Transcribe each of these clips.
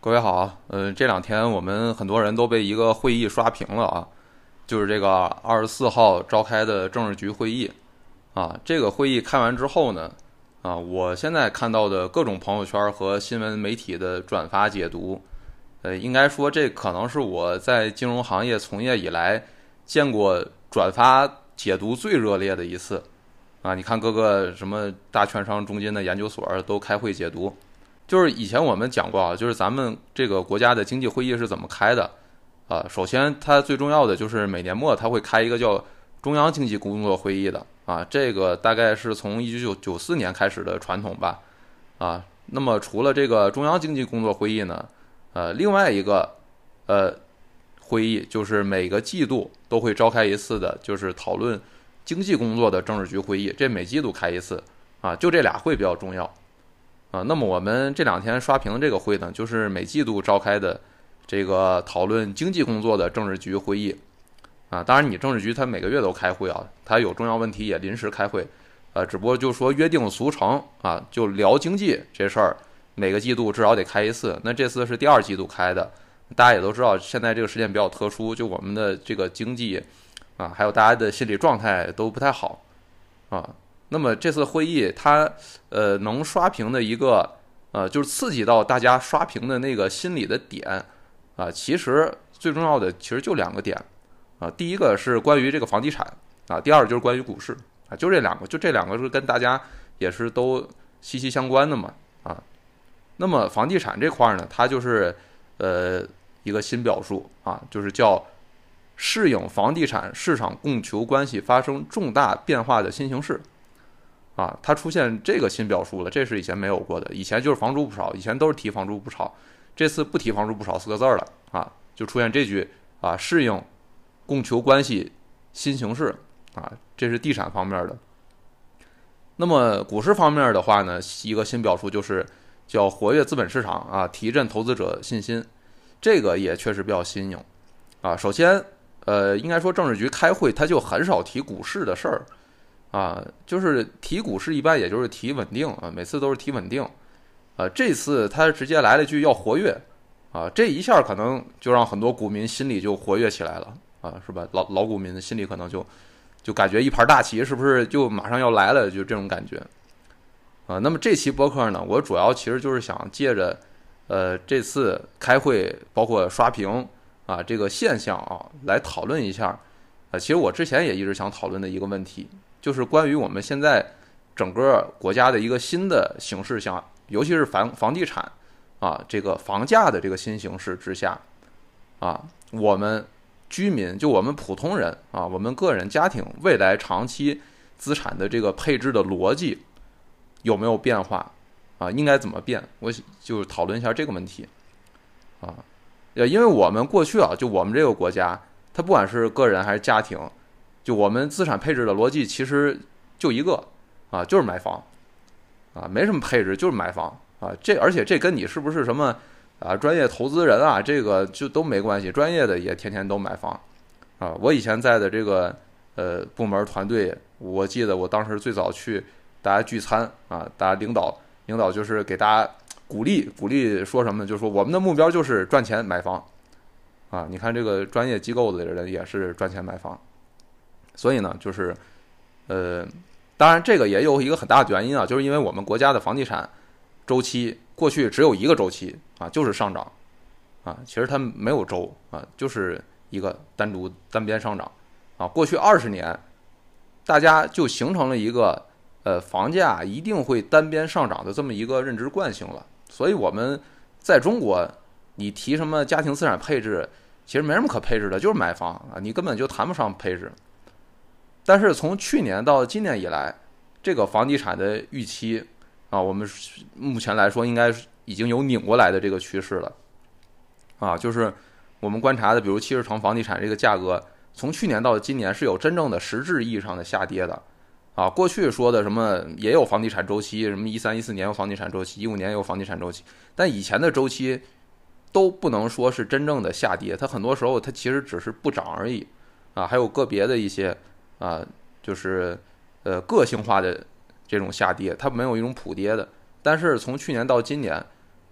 各位好，这两天我们很多人都被一个会议刷屏了啊，就是这个24号召开的政治局会议啊。这个会议开完之后呢，我现在看到的各种朋友圈和新闻媒体的转发解读，应该说这可能是我在金融行业从业以来见过转发解读最热烈的一次啊。你看各个什么大券商、中金的研究所都开会解读。就是以前我们讲过啊，就是咱们这个国家的经济会议是怎么开的啊？首先，它最重要的就是每年末它会开一个叫中央经济工作会议的啊，这个大概是从1994年开始的传统吧啊。那么除了这个中央经济工作会议呢，另外一个会议就是每个季度都会召开一次的，就是讨论经济工作的政治局会议，这每季度开一次啊，就这俩会比较重要。那么我们这两天刷屏的这个会呢，就是每季度召开的这个讨论经济工作的政治局会议啊。当然，你政治局它每个月都开会啊，它有重要问题也临时开会，只不过就说约定俗成啊，就聊经济这事儿，每个季度至少得开一次。那这次是第二季度开的，大家也都知道，现在这个时间比较特殊，就我们的这个经济啊，还有大家的心理状态都不太好啊。那么这次会议它能刷屏的一个就是刺激到大家刷屏的那个心理的点啊，其实最重要的其实就两个点啊。第一个是关于这个房地产啊，第二就是关于股市啊，就这两个是跟大家也是都息息相关的嘛啊。那么房地产这块呢，它就是一个新表述啊，就是叫适应房地产市场供求关系发生重大变化的新形势。啊，它出现这个新表述了，这是以前没有过的。以前就是房住不炒，以前都是提房住不炒，这次不提房住不炒四个字了啊，就出现这句啊，适应供求关系新形势啊，这是地产方面的。那么股市方面的话呢，一个新表述就是叫活跃资本市场啊，提振投资者信心，这个也确实比较新颖啊。首先，应该说政治局开会，他就很少提股市的事儿。啊，就是提股市一般也就是提稳定啊，每次都是提稳定，这次他直接来了一句要活跃，啊，这一下可能就让很多股民心里就活跃起来了啊，是吧？老股民的心里可能就感觉一盘大棋是不是就马上要来了，就这种感觉啊。那么这期播客呢，我主要其实就是想借着这次开会包括刷屏啊这个现象啊来讨论一下其实我之前也一直想讨论的一个问题。就是关于我们现在整个国家的一个新的形势下，尤其是房地产啊，这个房价的这个新形势之下，啊，我们居民就我们普通人啊，我们个人家庭未来长期资产的这个配置的逻辑有没有变化啊？应该怎么变？我就讨论一下这个问题啊。因为我们过去啊，就我们这个国家，它不管是个人还是家庭。就我们资产配置的逻辑其实就一个啊，就是买房啊，没什么配置，就是买房啊。而且这跟你是不是什么啊专业投资人啊，这个就都没关系。专业的也天天都买房啊。我以前在的这个部门团队，我记得我当时最早去大家聚餐啊，大家领导就是给大家鼓励说什么，就是说我们的目标就是赚钱买房啊。你看这个专业机构的人也是赚钱买房。所以呢，就是，当然这个也有一个很大的原因啊，就是因为我们国家的房地产周期过去只有一个周期啊，就是上涨啊，其实它没有周啊，就是一个单边上涨啊。过去20年，大家就形成了一个房价一定会单边上涨的这么一个认知惯性了。所以我们在中国，你提什么家庭资产配置，其实没什么可配置的，就是买房啊，你根本就谈不上配置。但是从去年到今年以来，这个房地产的预期啊，我们目前来说应该已经有拧过来的这个趋势了啊，就是我们观察的，比如70城房地产这个价格，从去年到今年是有真正的实质意义上的下跌的啊。过去说的什么也有房地产周期，什么13、14年有房地产周期，15年有房地产周期，但以前的周期都不能说是真正的下跌，它很多时候它其实只是不涨而已啊，还有个别的一些。啊，就是个性化的这种下跌，它没有一种普跌的。但是从去年到今年，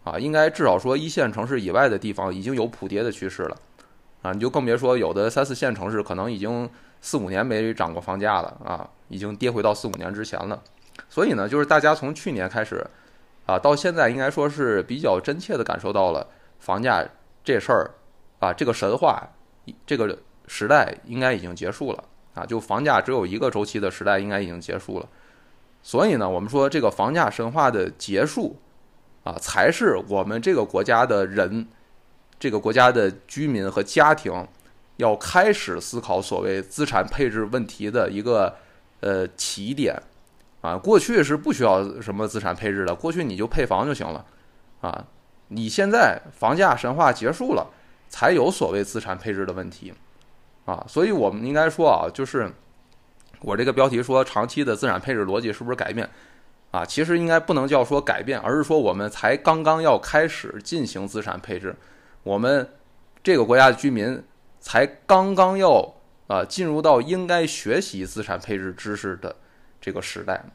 应该至少说1线城市以外的地方已经有普跌的趋势了你就更别说有的3、4线城市可能已经4、5年没涨过房价了已经跌回到4、5年之前了。所以呢，就是大家从去年开始到现在应该说是比较真切的感受到了房价这事儿这个神话这个时代应该已经结束了就房价只有一个周期的时代应该已经结束了。所以呢，我们说这个房价神话的结束才是我们这个国家的人，这个国家的居民和家庭要开始思考所谓资产配置问题的一个起点过去是不需要什么资产配置的，过去你就配房就行了你现在房价神话结束了，才有所谓资产配置的问题所以我们应该说就是我这个标题说长期的资产配置逻辑是不是改变其实应该不能叫说改变，而是说我们才刚刚要开始进行资产配置，我们这个国家的居民才刚刚要进入到应该学习资产配置知识的这个时代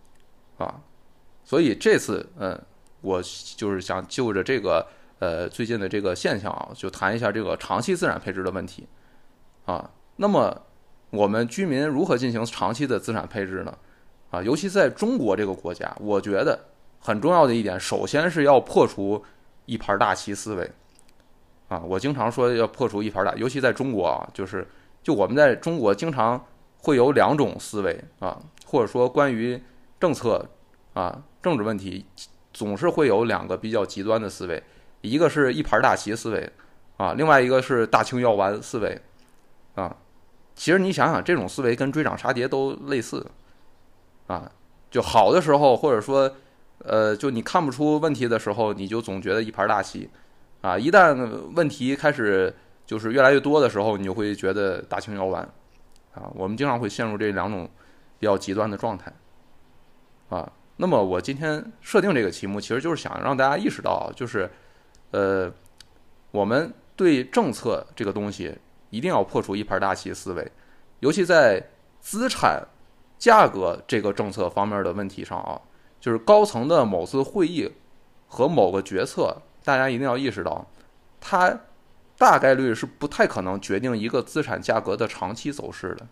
所以这次我就是想就着这个最近的这个现象就谈一下这个长期资产配置的问题那么我们居民如何进行长期的资产配置呢尤其在中国这个国家，我觉得很重要的一点，首先是要破除一盘大棋思维我经常说要破除一盘大，尤其在中国就我们在中国经常会有2种思维或者说关于政策政治问题总是会有2个比较极端的思维，一个是一盘大棋思维另外一个是大清药丸思维其实你想想，这种思维跟追涨杀跌都类似就好的时候，或者说就你看不出问题的时候，你就总觉得一盘大棋一旦问题开始就是越来越多的时候，你就会觉得大清药丸我们经常会陷入这2种比较极端的状态那么我今天设定这个题目，其实就是想让大家意识到就是我们对政策这个东西一定要破除一盘大棋思维，尤其在资产价格这个政策方面的问题上就是高层的某次会议和某个决策，大家一定要意识到，它大概率是不太可能决定一个资产价格的长期走势的。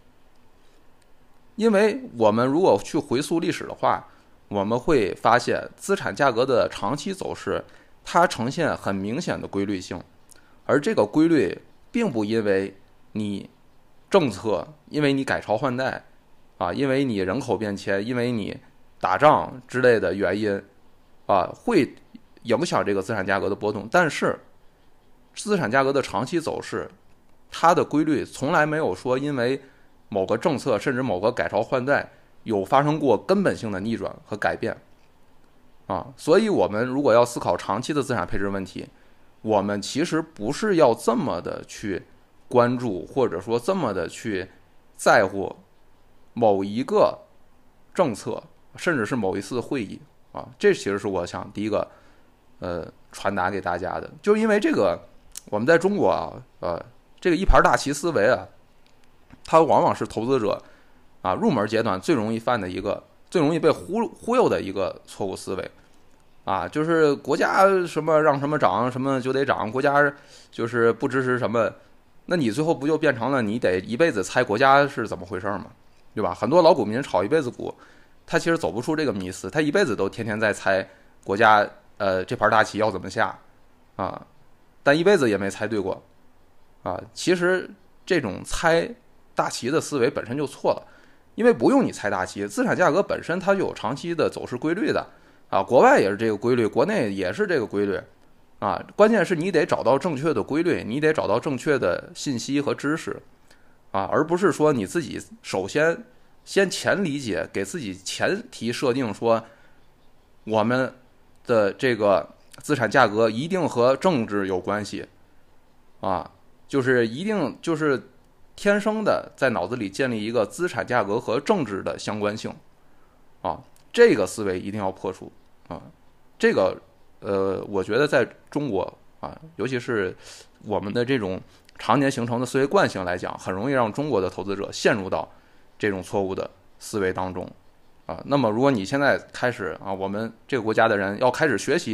因为我们如果去回溯历史的话，我们会发现资产价格的长期走势，它呈现很明显的规律性，而这个规律并不因为你政策，因为你改朝换代因为你人口变迁，因为你打仗之类的原因会影响这个资产价格的波动。但是资产价格的长期走势，它的规律从来没有说因为某个政策甚至某个改朝换代有发生过根本性的逆转和改变所以我们如果要思考长期的资产配置问题，我们其实不是要这么的去关注，或者说这么的去在乎某一个政策，甚至是某一次会议这其实是我想第一个传达给大家的。就是因为这个我们在中国这个一盘大棋思维它往往是投资者入门阶段最容易犯的一个，最容易被忽悠的一个错误思维就是国家什么让什么涨什么就得涨，国家就是不支持什么，那你最后不就变成了你得一辈子猜国家是怎么回事吗？对吧？很多老股民炒一辈子股，他其实走不出这个迷思，他一辈子都天天在猜国家这盘大棋要怎么下但一辈子也没猜对过其实这种猜大棋的思维本身就错了，因为不用你猜大棋，资产价格本身它就有长期的走势规律的国外也是这个规律，国内也是这个规律关键是你得找到正确的规律，你得找到正确的信息和知识而不是说你自己首先前理解，给自己前提设定说我们的这个资产价格一定和政治有关系就是一定就是天生的在脑子里建立一个资产价格和政治的相关性这个思维一定要破除这个我觉得在中国尤其是我们的这种常年形成的思维惯性来讲，很容易让中国的投资者陷入到这种错误的思维当中那么如果你现在开始我们这个国家的人要开始学习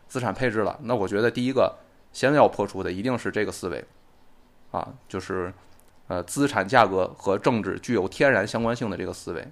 资产配置了，那我觉得第一个先要破除的一定是这个思维啊，就是资产价格和政治具有天然相关性的这个思维。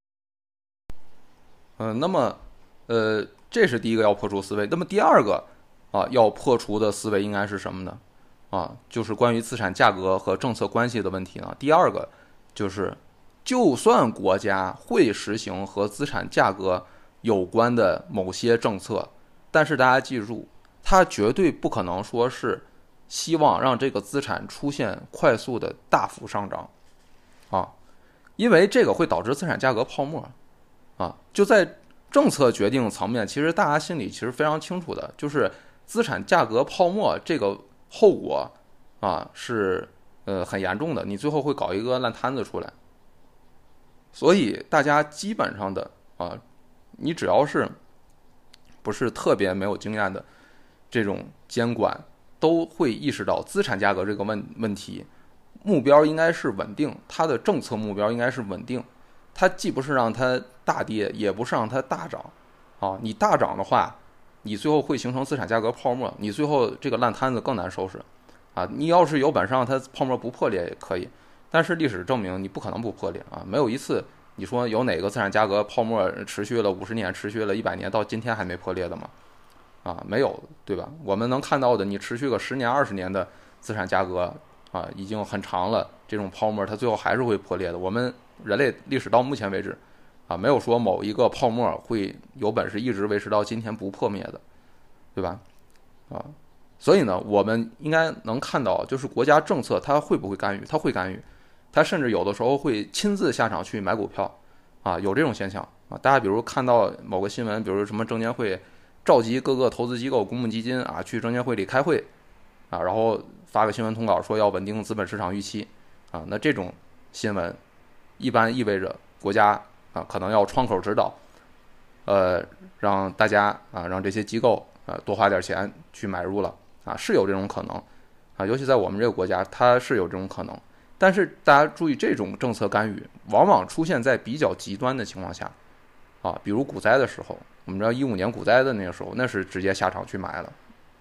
那么这是第一个要破除思维。那么第二个要破除的思维应该是什么呢？就是关于资产价格和政策关系的问题呢。第二个就是，就算国家会实行和资产价格有关的某些政策，但是大家记住，它绝对不可能说是希望让这个资产出现快速的大幅上涨因为这个会导致资产价格泡沫就在政策决定层面，其实大家心里其实非常清楚的，就是资产价格泡沫这个后果是很严重的，你最后会搞一个烂摊子出来。所以大家基本上的你只要是不是特别没有经验的这种监管，都会意识到资产价格这个问题目标应该是稳定，它的政策目标应该是稳定，它既不是让它大跌，也不是让它大涨你大涨的话，你最后会形成资产价格泡沫，你最后这个烂摊子更难收拾你要是有本事让它泡沫不破裂也可以，但是历史证明你不可能不破裂没有一次你说有哪个资产价格泡沫持续了50年，持续了100年，到今天还没破裂的吗？没有，对吧？我们能看到的，你持续个10年、20年的资产价格已经很长了，这种泡沫它最后还是会破裂的。我们人类历史到目前为止没有说某一个泡沫会有本事一直维持到今天不破灭的，对吧？所以呢，我们应该能看到，就是国家政策它会不会干预？它会干预，它甚至有的时候会亲自下场去买股票有这种现象大家比如看到某个新闻，比如什么证监会召集各个投资机构、公募基金去证监会里开会然后发个新闻通稿说要稳定资本市场预期那这种新闻一般意味着国家可能要窗口指导让大家让这些机构多花点钱去买入了是有这种可能尤其在我们这个国家它是有这种可能。但是大家注意，这种政策干预往往出现在比较极端的情况下比如股灾的时候，我们知道15年股灾的那个时候，那是直接下场去买了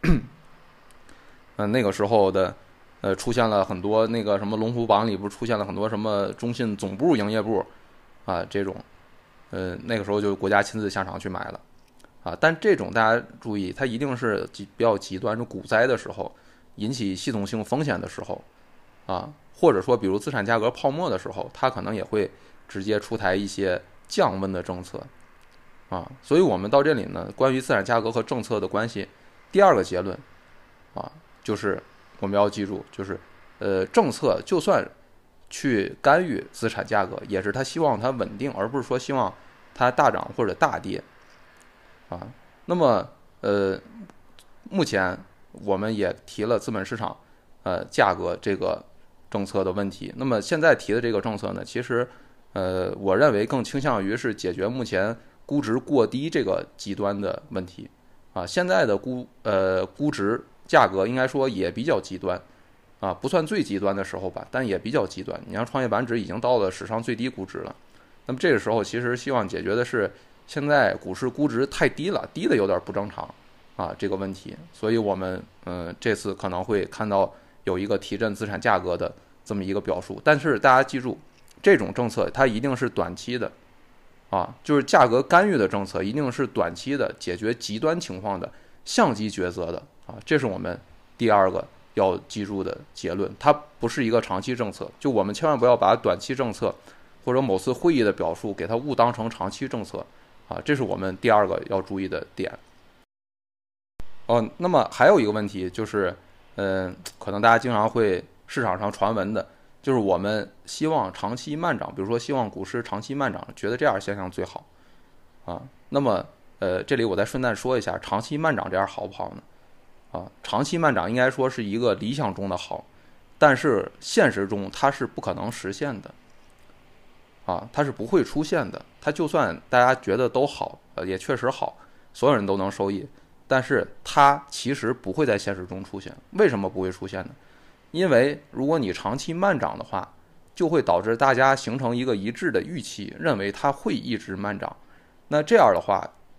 那个时候的出现了很多那个什么龙虎榜里不是出现了很多什么中信总部营业部这种那个时候就国家亲自下场去买了但这种大家注意，它一定是比较极端，就股灾的时候引起系统性风险的时候或者说比如资产价格泡沫的时候，它可能也会直接出台一些降温的政策所以我们到这里呢，关于资产价格和政策的关系，第二个结论就是我们要记住，就是政策就算去干预资产价格，也是他希望它稳定，而不是说希望它大涨或者大跌那么目前我们也提了资本市场价格这个政策的问题。那么现在提的这个政策呢，其实我认为更倾向于是解决目前估值过低这个极端的问题现在的估值价格应该说也比较极端不算最极端的时候吧，但也比较极端。你像创业板指已经到了史上最低估值了，那么这个时候其实希望解决的是现在股市估值太低了，低的有点不正常这个问题。所以我们这次可能会看到有一个提振资产价格的这么一个表述。但是大家记住，这种政策它一定是短期的就是价格干预的政策一定是短期的，解决极端情况的相机抉择的这是我们第二个要记住的结论。它不是一个长期政策，就我们千万不要把短期政策或者某次会议的表述给它误当成长期政策这是我们第二个要注意的点那么还有一个问题就是，可能大家经常会市场上传闻的，就是我们希望长期慢涨，比如说希望股市长期慢涨，觉得这样现象最好那么这里我再顺带说一下，长期慢涨这样好不好呢？长期慢涨应该说是一个理想中的好，但是现实中它是不可能实现的它是不会出现的。它就算大家觉得都好也确实好，所有人都能受益，但是它其实不会在现实中出现。为什么不会出现呢？因为如果你长期慢涨的话，就会导致大家形成一个一致的预期，认为它会一直慢涨。那这样的话，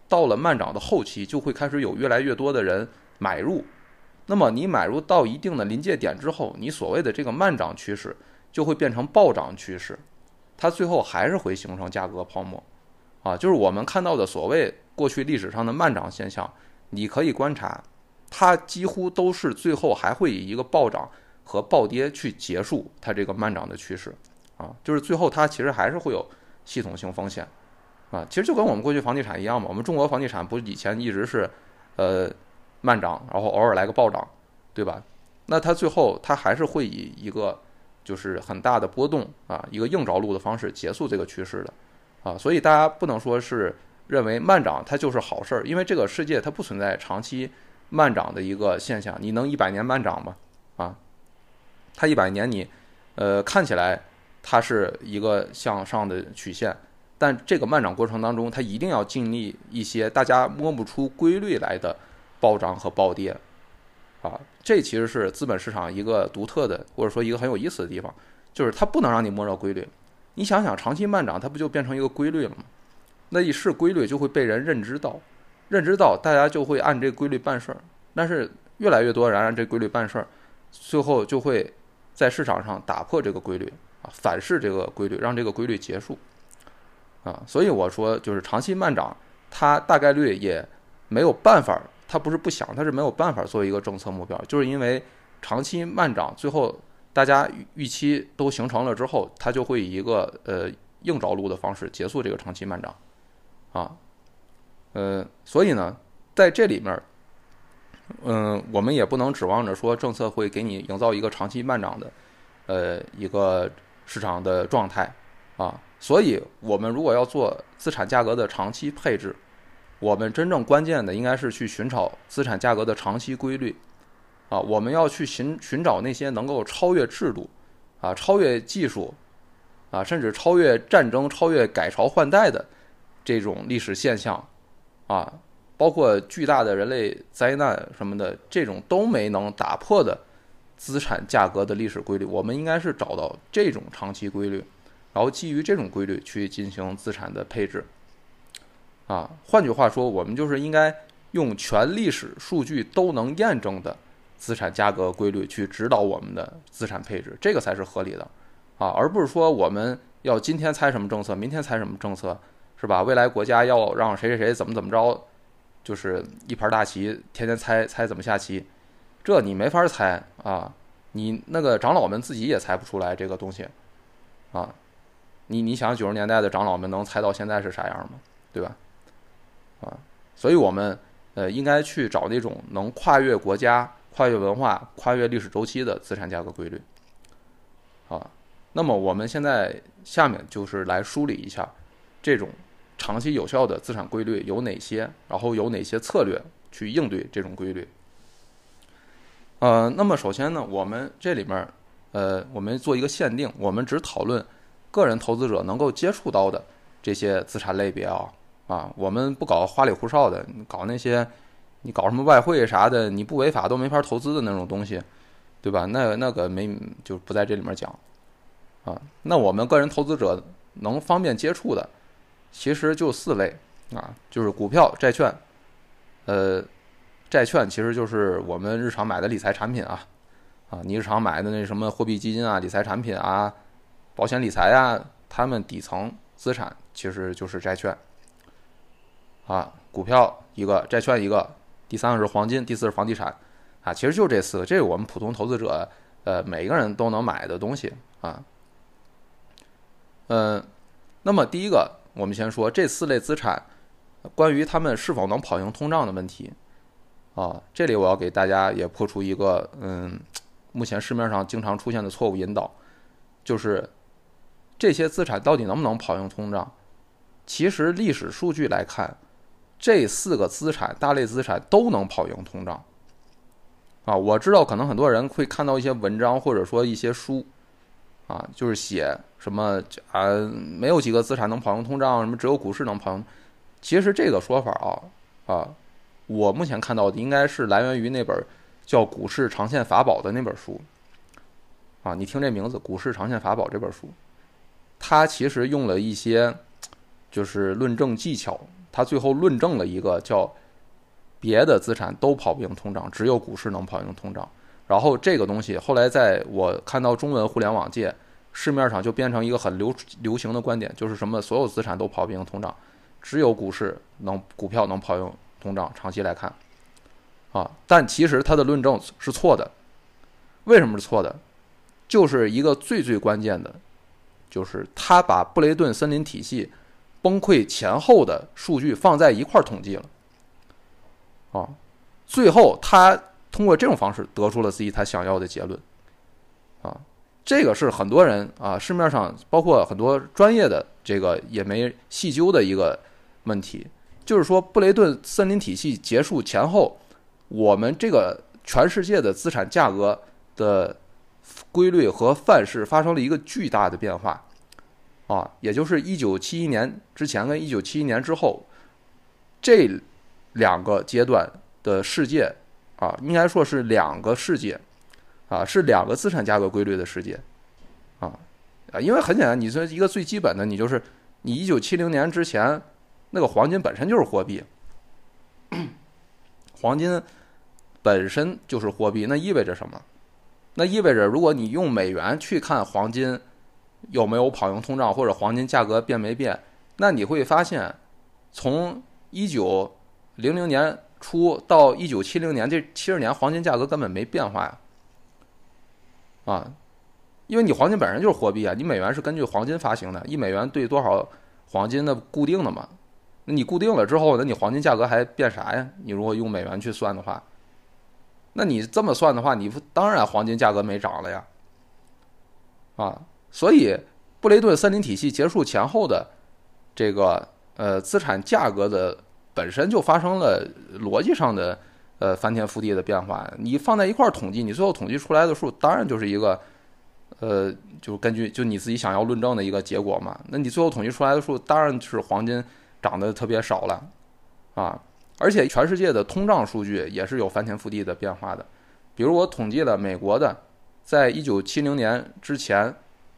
到了慢涨的后期，就会开始有越来越多的人买入。那么你买入到一定的临界点之后，你所谓的这个慢涨趋势就会变成暴涨趋势，它最后还是会形成价格泡沫啊。就是我们看到的所谓过去历史上的慢涨现象，你可以观察，它几乎都是最后还会以一个暴涨和暴跌去结束它这个慢涨的趋势啊。就是最后它其实还是会有系统性风险啊。其实就跟我们过去房地产一样嘛，我们中国房地产不以前一直是慢涨，然后偶尔来个暴涨，对吧？那它最后它还是会以一个就是很大的波动啊，一个硬着陆的方式结束这个趋势的啊。所以大家不能说是认为慢涨它就是好事儿，因为这个世界它不存在长期慢涨的一个现象。你能100年慢涨吗？啊，它100年你看起来它是一个向上的曲线，但这个慢涨过程当中，它一定要经历一些大家摸不出规律来的暴涨和暴跌啊。这其实是资本市场一个独特的，或者说一个很有意思的地方，就是它不能让你摸着规律。你想想，长期慢涨它不就变成一个规律了吗？那一是规律就会被人认知到，大家就会按这个规律办事儿。但是越来越多人按这规律办事儿，最后就会在市场上打破这个规律啊，反噬这个规律，让这个规律结束啊。所以我说，就是长期慢涨，它大概率也没有办法，它不是不想，它是没有办法作为一个政策目标，就是因为长期慢涨，最后大家预期都形成了之后，它就会以一个硬着陆的方式结束这个长期慢涨啊。所以呢，在这里面，我们也不能指望着说政策会给你营造一个长期慢涨的一个市场的状态啊。所以我们如果要做资产价格的长期配置，我们真正关键的应该是去寻找资产价格的长期规律啊。我们要去寻找那些能够超越制度啊、超越技术啊，甚至超越战争、超越改朝换代的这种历史现象啊，包括巨大的人类灾难什么的，这种都没能打破的资产价格的历史规律，我们应该是找到这种长期规律，然后基于这种规律去进行资产的配置啊。换句话说，我们就是应该用全历史数据都能验证的资产价格规律去指导我们的资产配置，这个才是合理的啊，而不是说我们要今天猜什么政策，明天猜什么政策，是吧？未来国家要让谁谁谁怎么着，就是一盘大棋，天天猜怎么下棋，这你没法猜啊！你那个长老们自己也猜不出来这个东西啊！你想90年代的长老们能猜到现在是啥样吗？对吧？啊，所以我们应该去找那种能跨越国家、跨越文化、跨越历史周期的资产价格规律啊。那么我们现在下面就是来梳理一下这种长期有效的资产规律有哪些，然后有哪些策略去应对这种规律。那么首先呢，我们这里面我们做一个限定，我们只讨论个人投资者能够接触到的这些资产类别啊，我们不搞花里胡哨的，搞那些你搞什么外汇啥的，你不违法都没法投资的那种东西，对吧？那个就不在这里面讲啊。那我们个人投资者能方便接触的，其实就4类啊，就是股票、债券，债券其实就是我们日常买的理财产品啊，你日常买的那什么货币基金啊、理财产品啊、保险理财啊，它们底层资产其实就是债券啊，股票一个，债券一个，第3个是黄金，第4是房地产啊，其实就这4个，这是我们普通投资者每个人都能买的东西啊。那么第一个，我们先说这4类资产关于他们是否能跑赢通胀的问题啊。这里我要给大家也破除一个目前市面上经常出现的错误引导，就是这些资产到底能不能跑赢通胀？其实历史数据来看，这4个资产大类资产都能跑赢通胀啊。我知道可能很多人会看到一些文章或者说一些书啊，就是写什么没有几个资产能跑赢通胀，什么只有股市能跑赢。其实这个说法我目前看到的应该是来源于那本叫《股市长线法宝》的那本书啊。你听这名字，《股市长线法宝》这本书，它其实用了一些就是论证技巧， 他最后论证了一个叫别的资产都跑不赢通胀，只有股市能跑赢通胀。然后这个东西后来在我看到中文互联网界市面上就变成一个很流行的观点，就是什么所有资产都跑不赢通胀，只有股票能跑赢通胀，长期来看但其实他的论证是错的。为什么是错的？就是一个最关键的，就是他把布雷顿森林体系崩溃前后的数据放在一块统计了最后他通过这种方式得出了自己他想要的结论这个是很多人市面上包括很多专业的这个也没细究的一个问题，就是说布雷顿森林体系结束前后，我们这个全世界的资产价格的规律和范式发生了一个巨大的变化也就是1971年之前跟1971年之后这两个阶段的世界应该说是两个世界是两个资产价格规律的世界因为很简单，你说一个最基本的，你就是你1970年之前那个黄金本身就是货币，黄金本身就是货币，那意味着什么？那意味着如果你用美元去看黄金有没有跑赢通胀，或者黄金价格变没变，那你会发现从1900年初到1970年这70年黄金价格根本没变化因为你黄金本身就是货币你美元是根据黄金发行的，1美元兑多少黄金的固定的嘛，那你固定了之后，那你黄金价格还变啥呀？你如果用美元去算的话，那你这么算的话，你当然黄金价格没涨了呀所以布雷顿森林体系结束前后的这个资产价格的本身就发生了逻辑上的翻天覆地的变化。你放在一块统计，你最后统计出来的数当然就是一个就根据就你自己想要论证的一个结果嘛。那你最后统计出来的数当然是黄金涨得特别少了而且全世界的通胀数据也是有翻天覆地的变化的。比如我统计了美国的，在1970年之前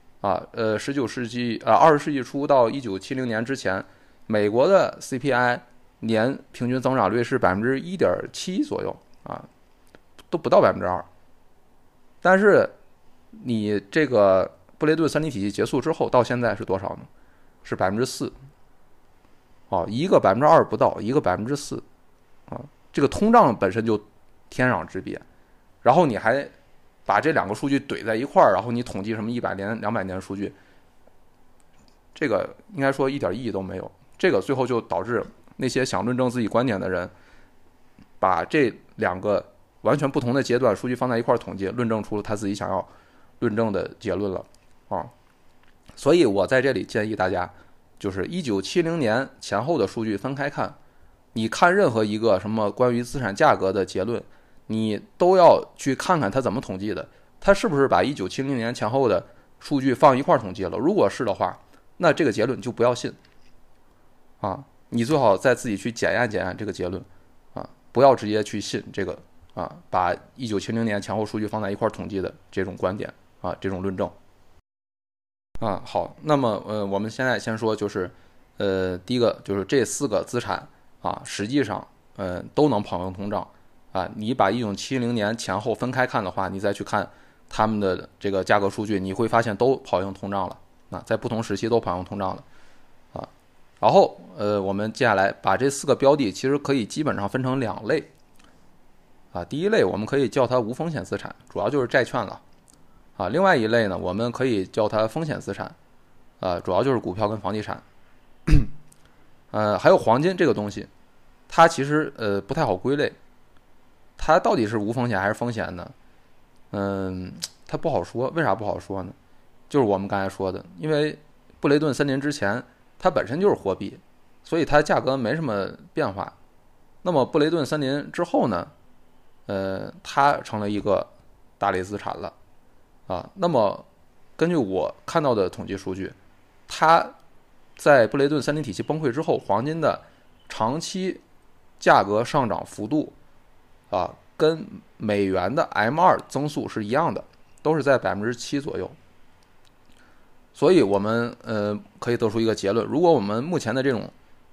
20世纪初到1970年之前，美国的 CPI 年平均增长率是 1.7% 左右都不到 2%。但是你这个布雷顿森林体系结束之后到现在是多少呢？是 4%一个 2% 不到，一个 4%这个通胀本身就天壤之别，然后你还把这两个数据怼在一块儿，然后你统计什么100年200年数据，这个应该说一点意义都没有。这个最后就导致那些想论证自己观点的人把这两个完全不同的阶段数据放在一块儿统计，论证出了他自己想要论证的结论了所以我在这里建议大家，就是1970年前后的数据分开看，你看任何一个什么关于资产价格的结论，你都要去看看它怎么统计的，它是不是把1970年前后的数据放一块统计了。如果是的话，那这个结论就不要信你最好再自己去检验检验这个结论不要直接去信这个把1970年前后数据放在一块统计的这种观点这种论证好，那么我们现在先说就是第一个就是这4个资产实际上都能跑赢通胀你把1970年前后分开看的话，你再去看他们的这个价格数据，你会发现都跑赢通胀了在不同时期都跑赢通胀了然后我们接下来把这4个标的其实可以基本上分成2类第一类我们可以叫它无风险资产，主要就是债券了另外一类呢我们可以叫它风险资产主要就是股票跟房地产还有黄金这个东西，它其实不太好归类，它到底是无风险还是风险呢？它不好说。为啥不好说呢？就是我们刚才说的，因为布雷顿森林之前它本身就是货币，所以它价格没什么变化。那么布雷顿森林之后呢它成了一个大类资产了那么根据我看到的统计数据，它在布雷顿森林体系崩溃之后，黄金的长期价格上涨幅度跟美元的 M2 增速是一样的，都是在 7% 左右。所以我们可以得出一个结论，如果我们目前的这种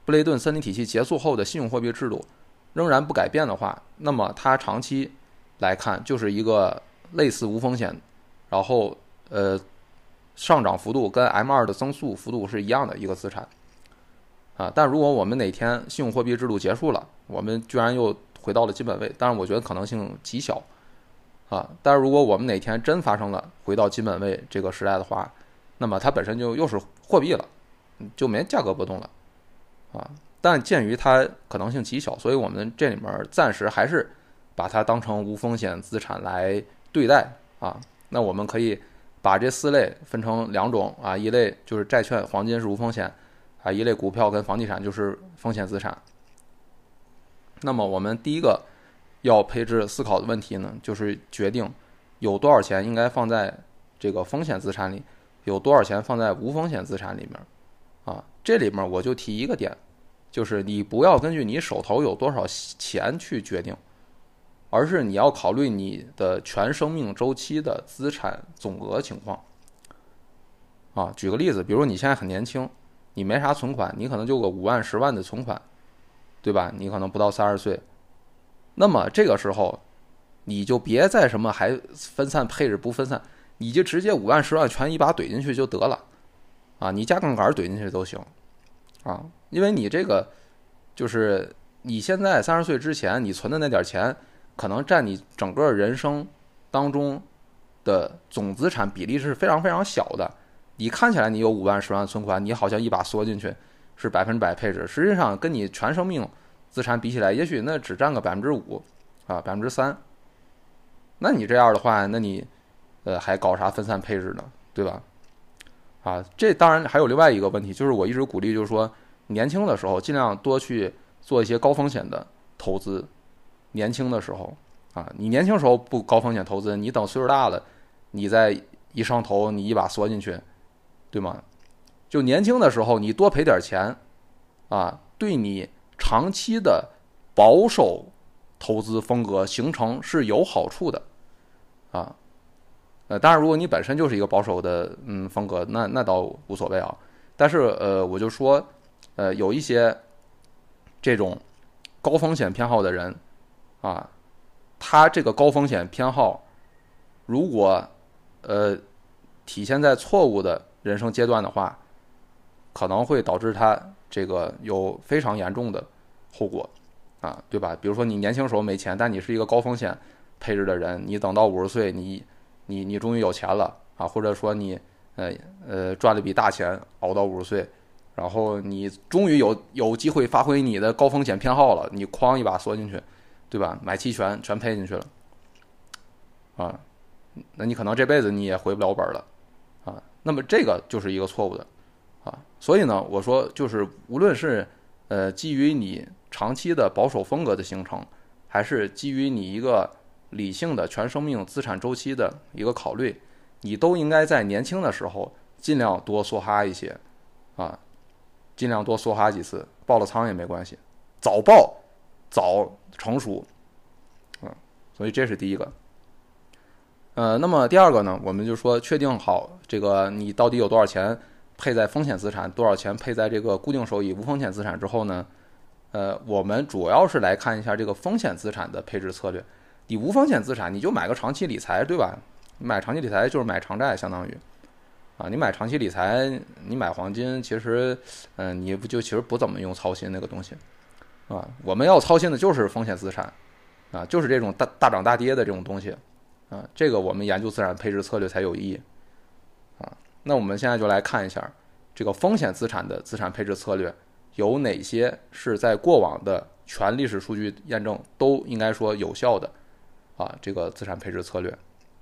布雷顿森林体系结束后的信用货币制度仍然不改变的话，那么它长期来看就是一个类似无风险，然后上涨幅度跟 M2 的增速幅度是一样的一个资产啊。但如果我们哪天信用货币制度结束了，我们居然又回到了基本位，当然我觉得可能性极小啊。但是如果我们哪天真发生了回到基本位这个时代的话，那么它本身就又是货币了，就没价格波动了啊。但鉴于它可能性极小，所以我们这里面暂时还是把它当成无风险资产来对待啊。那我们可以把这4类分成2种啊，一类就是债券、黄金是无风险啊，一类股票跟房地产就是风险资产。那么我们第一个要配置思考的问题呢，就是决定有多少钱应该放在这个风险资产里，有多少钱放在无风险资产里面啊。这里面我就提一个点，就是你不要根据你手头有多少钱去决定，而是你要考虑你的全生命周期的资产总额情况啊。举个例子，比如你现在很年轻，你没啥存款，你可能就个5万10万的存款，对吧？你可能不到30岁，那么这个时候你就别再什么还分散配置不分散，你就直接5万10万全一把怼进去就得了啊，你加杠杆怼进去都行啊。因为你这个就是你现在30岁之前你存的那点钱，可能占你整个人生当中的总资产比例是非常非常小的。你看起来你有5万10万存款，你好像一把缩进去是100%配置，实际上跟你全生命资产比起来，也许那只占个5%啊，3%。那你这样的话，那你还搞啥分散配置呢？对吧？啊，这当然还有另外一个问题，就是我一直鼓励，就是说年轻的时候尽量多去做一些高风险的投资。年轻的时候啊，你年轻时候不高风险投资，你等岁数大了，你再一上头，你一把缩进去，对吗？就年轻的时候你多赔点钱啊，对你长期的保守投资风格形成是有好处的啊。当然如果你本身就是一个保守的风格，那倒无所谓啊。但是我就说有一些这种高风险偏好的人啊，他这个高风险偏好如果体现在错误的人生阶段的话，可能会导致他这个有非常严重的后果啊，对吧？比如说你年轻时候没钱，但你是一个高风险配置的人，你等到50岁，你终于有钱了啊，或者说你赚了笔大钱，熬到50岁，然后你终于有机会发挥你的高风险偏好了，你哐一把缩进去，对吧？买期权全配进去了啊，那你可能这辈子你也回不了本了啊。那么这个就是一个错误的啊。所以呢，我说就是无论是基于你长期的保守风格的形成，还是基于你一个理性的全生命资产周期的一个考虑，你都应该在年轻的时候尽量多梭哈一些啊，尽量多梭哈几次，爆了仓也没关系，早爆早成熟啊。所以这是第一个。那么第二个呢，我们就说确定好这个你到底有多少钱配在风险资产，多少钱配在这个固定收益无风险资产之后呢，我们主要是来看一下这个风险资产的配置策略。你无风险资产你就买个长期理财，对吧？你买长期理财就是买长债，相当于啊，你买长期理财，你买黄金，其实你不就其实不怎么用操心那个东西啊。我们要操心的就是风险资产啊，就是这种大涨大跌的这种东西啊，这个我们研究资产配置策略才有意义啊。那我们现在就来看一下这个风险资产的资产配置策略有哪些是在过往的全历史数据验证都应该说有效的啊，这个资产配置策略。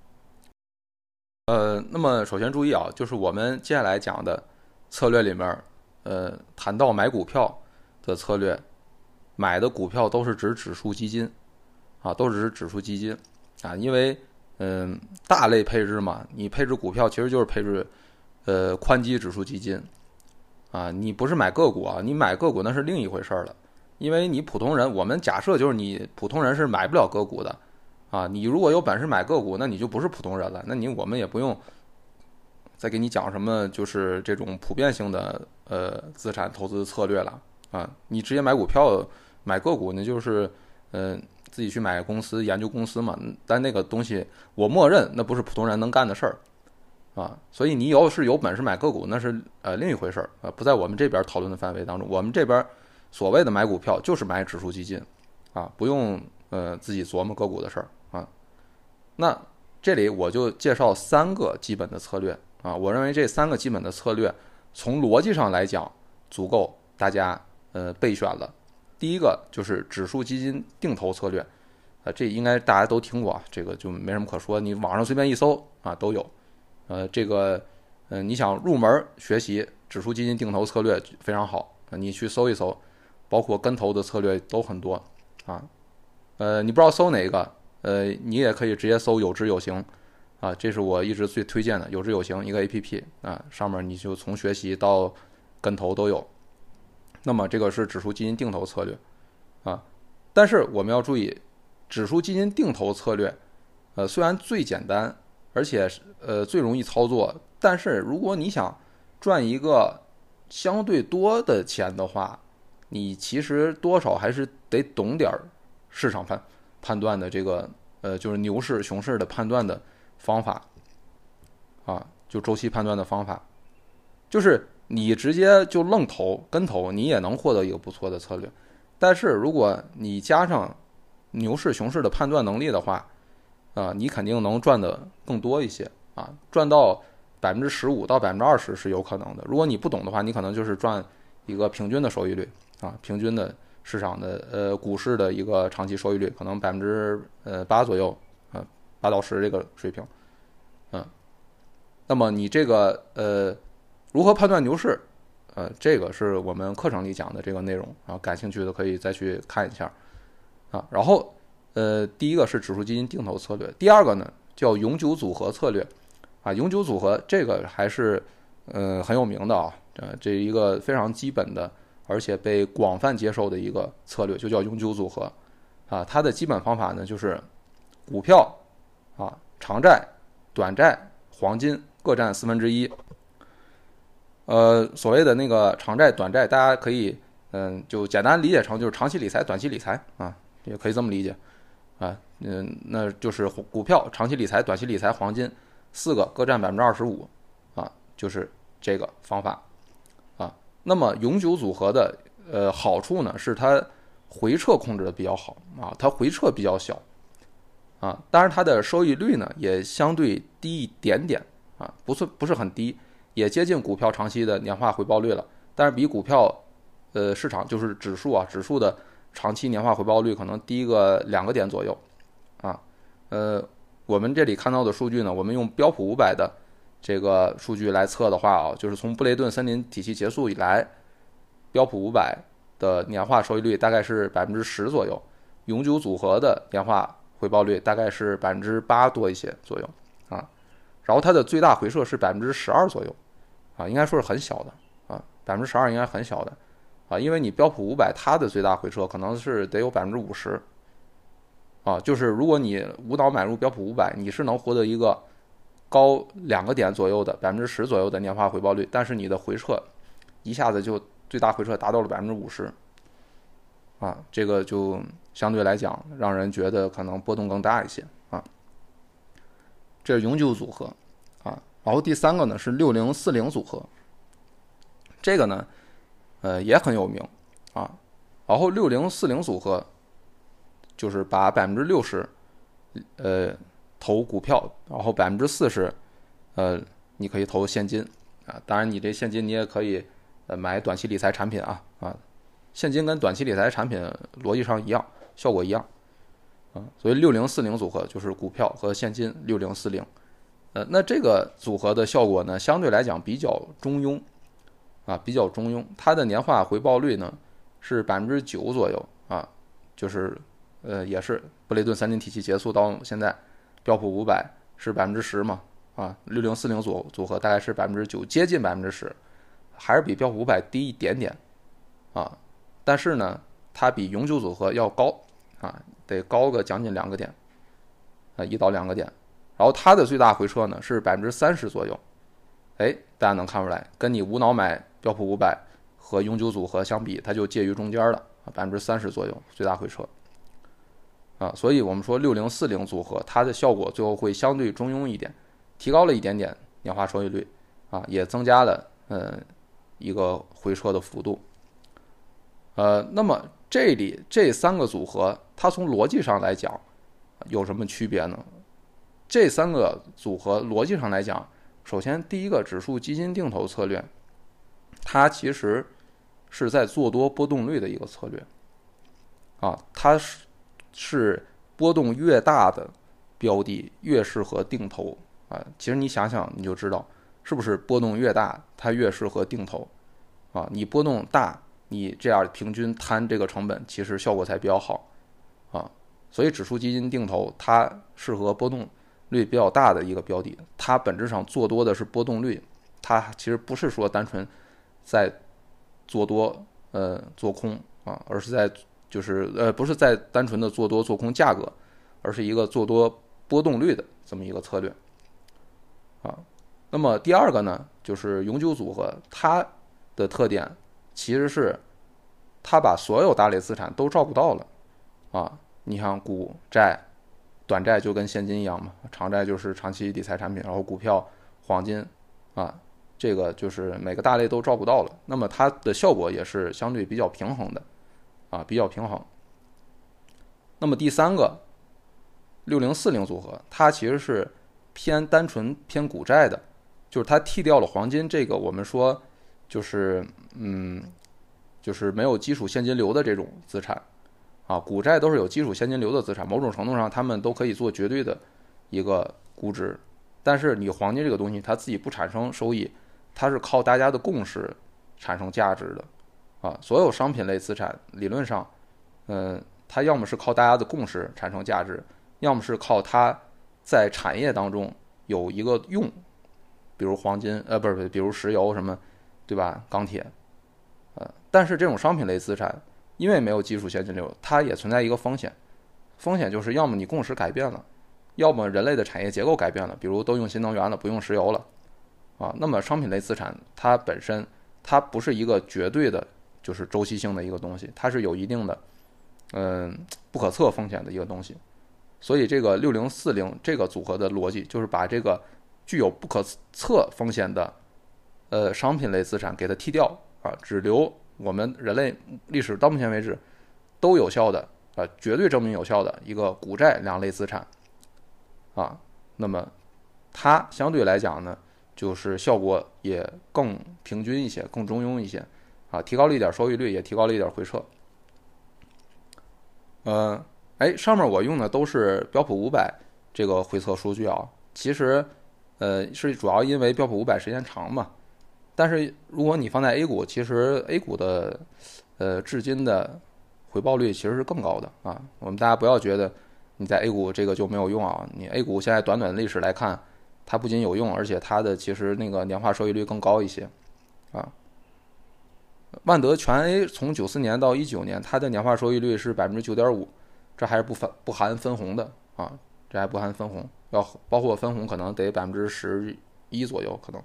那么首先注意啊，就是我们接下来讲的策略里面，谈到买股票的策略，买的股票都是指指数基金啊，都是指指数基金啊，因为大类配置嘛，你配置股票其实就是配置宽基指数基金啊，你不是买个股啊，你买个股那是另一回事了，因为你普通人，我们假设就是你普通人是买不了个股的啊，你如果有本事买个股，那你就不是普通人了，那我们也不用再给你讲什么就是这种普遍性的资产投资策略了啊。你直接买股票、买个股，那就是自己去买公司、研究公司嘛。但那个东西我默认那不是普通人能干的事儿啊。所以你有本事买个股，那是另一回事儿啊，不在我们这边讨论的范围当中。我们这边所谓的买股票就是买指数基金啊，不用自己琢磨个股的事儿啊。那这里我就介绍3个基本的策略啊，我认为这3个基本的策略从逻辑上来讲足够大家备选了。第一个就是指数基金定投策略，这应该大家都听过，这个就没什么可说，你网上随便一搜啊都有。这个你想入门学习指数基金定投策略非常好，你去搜一搜，包括跟投的策略都很多啊。你不知道搜哪个，你也可以直接搜有知有行啊，这是我一直最推荐的有知有行一个 APP 啊，上面你就从学习到跟投都有。那么这个是指数基金定投策略啊，但是我们要注意，指数基金定投策略，虽然最简单，而且最容易操作，但是如果你想赚一个相对多的钱的话，你其实多少还是得懂点市场判断的这个就是牛市熊市的判断的方法啊，就周期判断的方法，就是你直接就愣投跟投，你也能获得一个不错的策略。但是如果你加上牛市熊市的判断能力的话，你肯定能赚的更多一些啊，赚到15%到20%是有可能的。如果你不懂的话，你可能就是赚一个平均的收益率啊，平均的市场的股市的一个长期收益率可能8%左右啊，8到10这个水平，那么你这个如何判断牛市？这个是我们课程里讲的这个内容啊，感兴趣的可以再去看一下啊。然后第一个是指数基金定投策略，第二个呢叫永久组合策略啊。永久组合这个还是很有名的啊，这一个非常基本的，而且被广泛接受的一个策略，就叫永久组合啊。它的基本方法呢就是股票啊、长债、短债、黄金各占1/4。所谓的那个长债、短债，大家可以就简单理解成就是长期理财、短期理财啊，也可以这么理解啊。那就是股票、长期理财、短期理财、黄金4个各占25%啊，就是这个方法啊。那么永久组合的好处呢是它回撤控制的比较好啊，它回撤比较小啊，当然它的收益率呢也相对低一点点啊，不是很低。也接近股票长期的年化回报率了，但是比股票市场就是指数的长期年化回报率可能低个2个点左右啊。我们这里看到的数据呢，我们用标普500的这个数据来测的话啊，就是从布雷顿森林体系结束以来，标普500的年化收益率大概是10%左右，永久组合的年化回报率大概是8%多一些左右啊。然后它的最大回撤是12%左右，啊，应该说是很小的啊，12%应该很小的啊，因为你标普500它的最大回撤可能是得有50%，啊，就是如果你无脑买入标普500，你是能获得一个高2个点左右的10%左右的年化回报率，但是你的回撤一下子就最大回撤达到了50%，啊，这个就相对来讲让人觉得可能波动更大一些啊。这是永久组合啊，然后第3个呢是6040组合，这个呢也很有名啊。然后6040组合就是把60%投股票，然后40%你可以投现金啊。当然你这现金你也可以买短期理财产品啊，现金跟短期理财产品逻辑上一样，效果一样。所以6040组合就是股票和现金6040，那这个组合的效果呢，相对来讲比较中庸啊，比较中庸。它的年化回报率呢是9%左右啊，就是也是布雷顿森林体系结束到现在，标普500是10%嘛啊，6040组合大概是9%，接近10%，还是比标普500低一点点啊，但是呢，它比永久组合要高啊。得高个将近2个点，1到2个点，然后它的最大回撤呢是30%左右，大家能看出来，跟你无脑买标普500 和永久组合相比，它就介于中间了，30%左右最大回撤所以我们说6040组合它的效果最后会相对中庸一点，提高了一点点年化收益率也增加了一个回撤的幅度那么这3个组合它从逻辑上来讲有什么区别呢？这3个组合逻辑上来讲，首先第一个指数基金定投策略，它其实是在做多波动率的一个策略它是波动越大的标的越适合定投其实你想想你就知道，是不是波动越大它越适合定投你波动大，你这样平均摊这个成本，其实效果才比较好所以指数基金定投它适合波动率比较大的一个标的，它本质上做多的是波动率，它其实不是说单纯在做多做空而是在不是在单纯的做多做空价格，而是一个做多波动率的这么一个策略那么第二个呢，就是永久组合，它的特点其实是它把所有大类资产都照顾到了你像股债，短债就跟现金一样嘛，长债就是长期理财产品，然后股票、黄金这个就是每个大类都照顾到了，那么它的效果也是相对比较平衡的比较平衡。那么第三个6040组合，它其实是单纯偏股债的，就是它剔掉了黄金这个我们说就是没有基础现金流的这种资产股债都是有基础现金流的资产，某种程度上他们都可以做绝对的一个估值，但是你黄金这个东西它自己不产生收益，它是靠大家的共识产生价值的所有商品类资产理论上它要么是靠大家的共识产生价值，要么是靠它在产业当中有一个用，比如黄金比如石油什么对吧，钢铁但是这种商品类资产因为没有基础现金流，它也存在一个风险就是要么你共识改变了，要么人类的产业结构改变了，比如都用新能源了，不用石油了那么商品类资产它本身它不是一个绝对的就是周期性的一个东西，它是有一定的不可测风险的一个东西，所以这个6040这个组合的逻辑就是把这个具有不可测风险的商品类资产给它剔掉只留我们人类历史到目前为止都有效的绝对证明有效的一个股债两类资产那么它相对来讲呢，就是效果也更平均一些，更中庸一些提高了一点收益率，也提高了一点回撤上面我用的都是标普500这个回测数据其实是主要因为标普500时间长嘛，但是如果你放在 A 股，其实 A 股的至今的回报率其实是更高的我们大家不要觉得你在 A 股这个就没有用你 A 股现在短短的历史来看，它不仅有用，而且它的其实那个年化收益率更高一些万德全 A 从94年到19年，它的年化收益率是 9.5%， 这还是不含分红的这还不含分红，要包括分红可能得 11% 左右可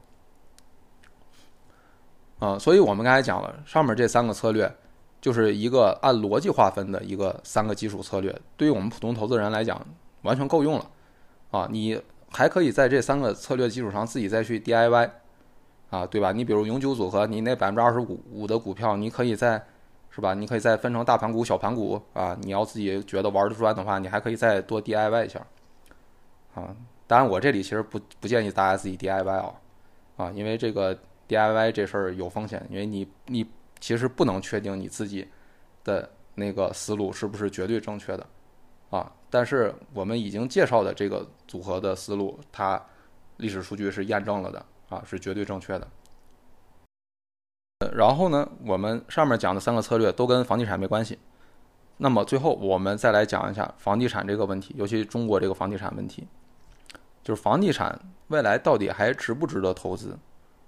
能所以我们刚才讲了，上面这3个策略就是一个按逻辑划分的一个3个基础策略，对于我们普通投资人来讲完全够用了你还可以在这3个策略基础上自己再去 DIY对吧？你比如永久组合，你那 25% 的股票，你可以再是吧？你可以再分成大盘股、小盘股你要自己觉得玩得转的话，你还可以再多 DIY 一下当然我这里其实不建议大家自己 DIY 因为这个 DIY 这事儿有风险，因为你其实不能确定你自己的那个思路是不是绝对正确的但是我们已经介绍的这个组合的思路，它历史数据是验证了的是绝对正确的然后呢，我们上面讲的3个策略都跟房地产没关系，那么最后我们再来讲一下房地产这个问题，尤其中国这个房地产问题，就是房地产未来到底还值不值得投资。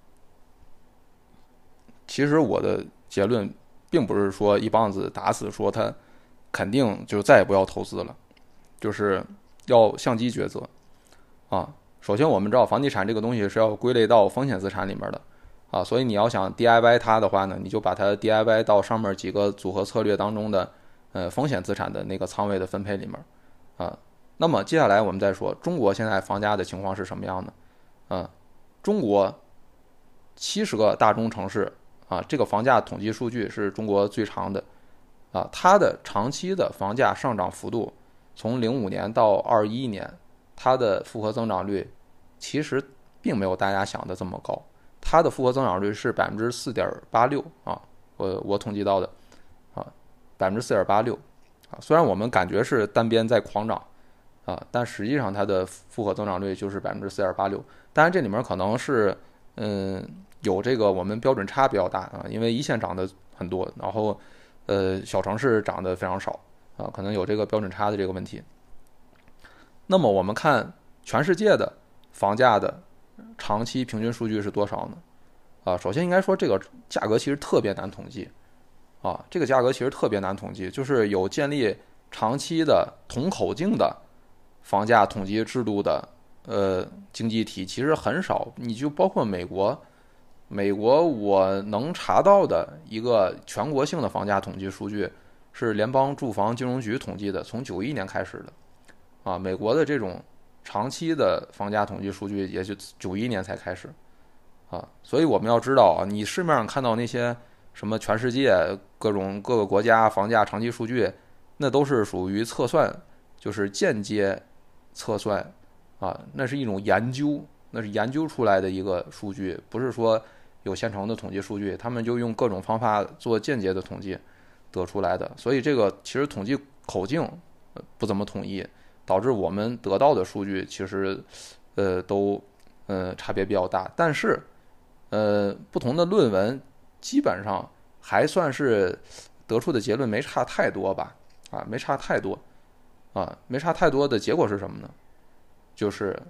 其实我的结论并不是说一棒子打死说它肯定就再也不要投资了，就是要相机抉择首先我们知道房地产这个东西是要归类到风险资产里面的啊，所以你要想 DIY 它的话呢，你就把它 DIY 到上面几个组合策略当中的风险资产的那个仓位的分配里面啊。那么接下来我们再说中国现在房价的情况是什么样的啊？中国70个大中城市啊，这个房价统计数据是中国最长的啊，它的长期的房价上涨幅度从05年到21年，它的复合增长率其实并没有大家想的这么高，它的复合增长率是4.86%啊，我统计到的啊，4.86%啊，虽然我们感觉是单边在狂涨啊，但实际上它的复合增长率就是4.86%。当然这里面可能是有这个我们标准差比较大啊，因为一线涨得很多，然后小城市涨得非常少啊，可能有这个标准差的这个问题。那么我们看全世界的房价的长期平均数据是多少呢？啊，首先应该说这个价格其实特别难统计啊，这个价格其实特别难统计，就是有建立长期的同口径的房价统计制度的经济体其实很少，你就包括美国我能查到的一个全国性的房价统计数据是联邦住房金融局统计的，从91年开始的啊，美国的这种长期的房价统计数据也就91年才开始啊，所以我们要知道啊，你市面上看到那些什么全世界各个国家房价长期数据，那都是属于测算，就是间接测算啊，那是一种研究，那是研究出来的一个数据，不是说有现成的统计数据，他们就用各种方法做间接的统计得出来的，所以这个其实统计口径不怎么统一，导致我们得到的数据其实都差别比较大，但是不同的论文基本上还算是得出的结论没差太多吧，啊，没差太多啊，没差太多的结果是什么呢？就是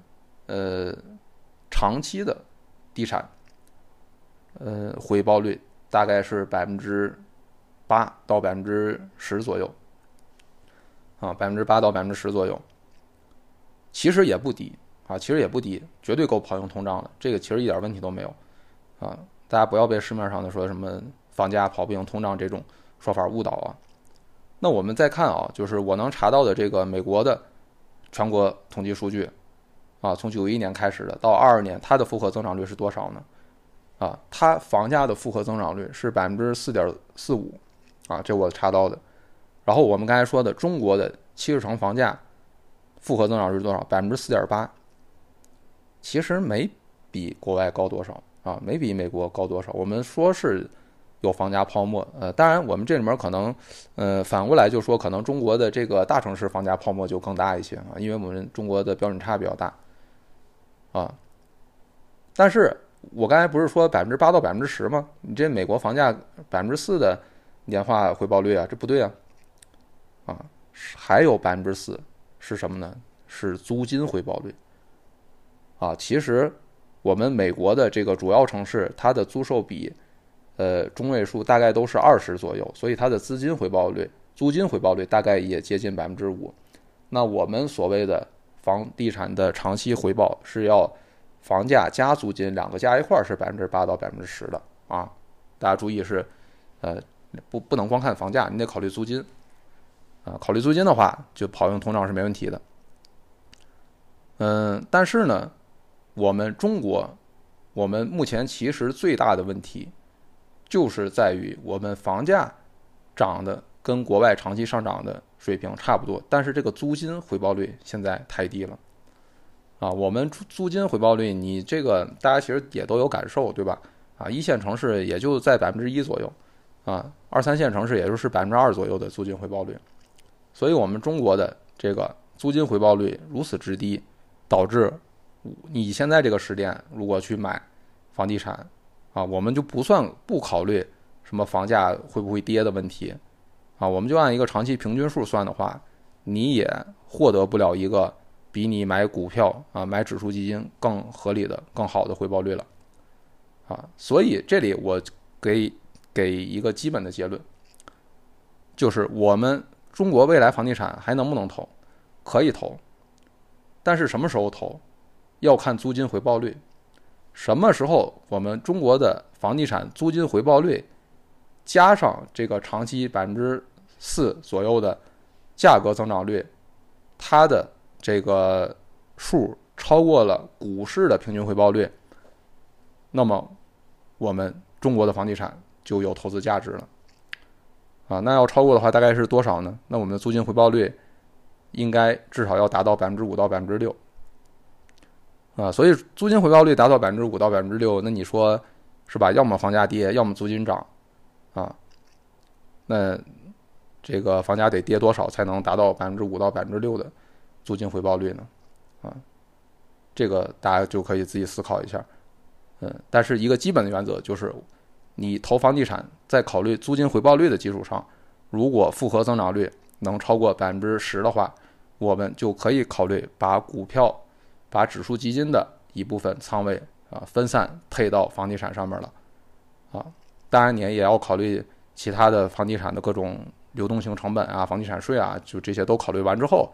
长期的地产回报率大概是8%到10%左右啊，8%到10%左右，其实也不低啊，其实也不低，绝对够跑赢通胀的，这个其实一点问题都没有啊，大家不要被市面上的说什么房价跑不赢通胀这种说法误导啊。那我们再看啊，就是我能查到的这个美国的全国统计数据啊，从91年开始的到22年，它的复合增长率是多少呢？啊，它房价的复合增长率是4.45%啊，这我查到的。然后我们刚才说的中国的70城房价复合增长率是多少？4.8%，其实没比国外高多少啊，没比美国高多少。我们说是有房价泡沫，当然我们这里面可能，反过来就说，可能中国的这个大城市房价泡沫就更大一些啊，因为我们中国的标准差比较大，啊，但是我刚才不是说8%到10%吗？你这美国房价4%的年化回报率啊，这不对啊，啊，还有4%是什么呢？是租金回报率，啊，其实我们美国的这个主要城市，它的租售比。中位数大概都是20左右，所以它的租金回报率大概也接近5%。那我们所谓的房地产的长期回报是要房价加租金两个加一块是8%到10%的啊！大家注意是，不能光看房价，你得考虑租金啊。考虑租金的话，就跑赢通胀是没问题的。但是呢，我们中国，我们目前其实最大的问题。就是在于我们房价涨的跟国外长期上涨的水平差不多，但是这个租金回报率现在太低了啊！我们租金回报率，你这个大家其实也都有感受，对吧？啊，一线城市也就在1%左右啊，2、3线城市也就是2%左右的租金回报率，所以我们中国的这个租金回报率如此之低，导致你现在这个时点如果去买房地产。啊，我们就不考虑什么房价会不会跌的问题，啊，我们就按一个长期平均数算的话，你也获得不了一个比你买股票啊、买指数基金更合理的、更好的回报率了，啊，所以这里我给一个基本的结论，就是我们中国未来房地产还能不能投？可以投，但是什么时候投，要看租金回报率。 什么时候我们中国的房地产租金回报率加上这个长期4%左右的价格增长率，它的这个数超过了股市的平均回报率，那么我们中国的房地产就有投资价值了啊。那要超过的话大概是多少呢？那我们的租金回报率应该至少要达到5%到6%啊。所以租金回报率达到5%到6%，那你说是吧？要么房价跌，要么租金涨啊。那这个房价得跌多少才能达到5%到6%的租金回报率呢？啊，这个大家就可以自己思考一下。但是一个基本的原则就是，你投房地产在考虑租金回报率的基础上，如果复合增长率能超过10%的话，我们就可以考虑把股票、把指数基金的一部分仓位分散配到房地产上面了啊。当然，你也要考虑其他的房地产的各种流动性成本啊、房地产税啊，就这些都考虑完之后，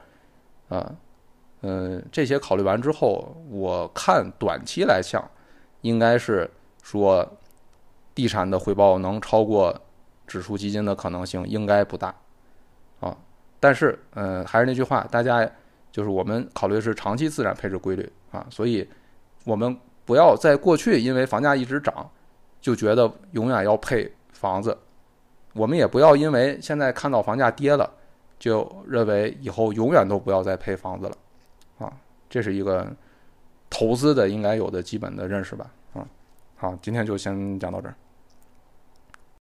这些考虑完之后，我看短期来讲，应该是说地产的回报能超过指数基金的可能性应该不大啊。但是还是那句话，大家就是我们考虑的是长期资产配置规律啊，所以我们不要在过去因为房价一直涨就觉得永远要配房子，我们也不要因为现在看到房价跌了就认为以后永远都不要再配房子了啊。这是一个投资的应该有的基本的认识吧啊。好，今天就先讲到这儿。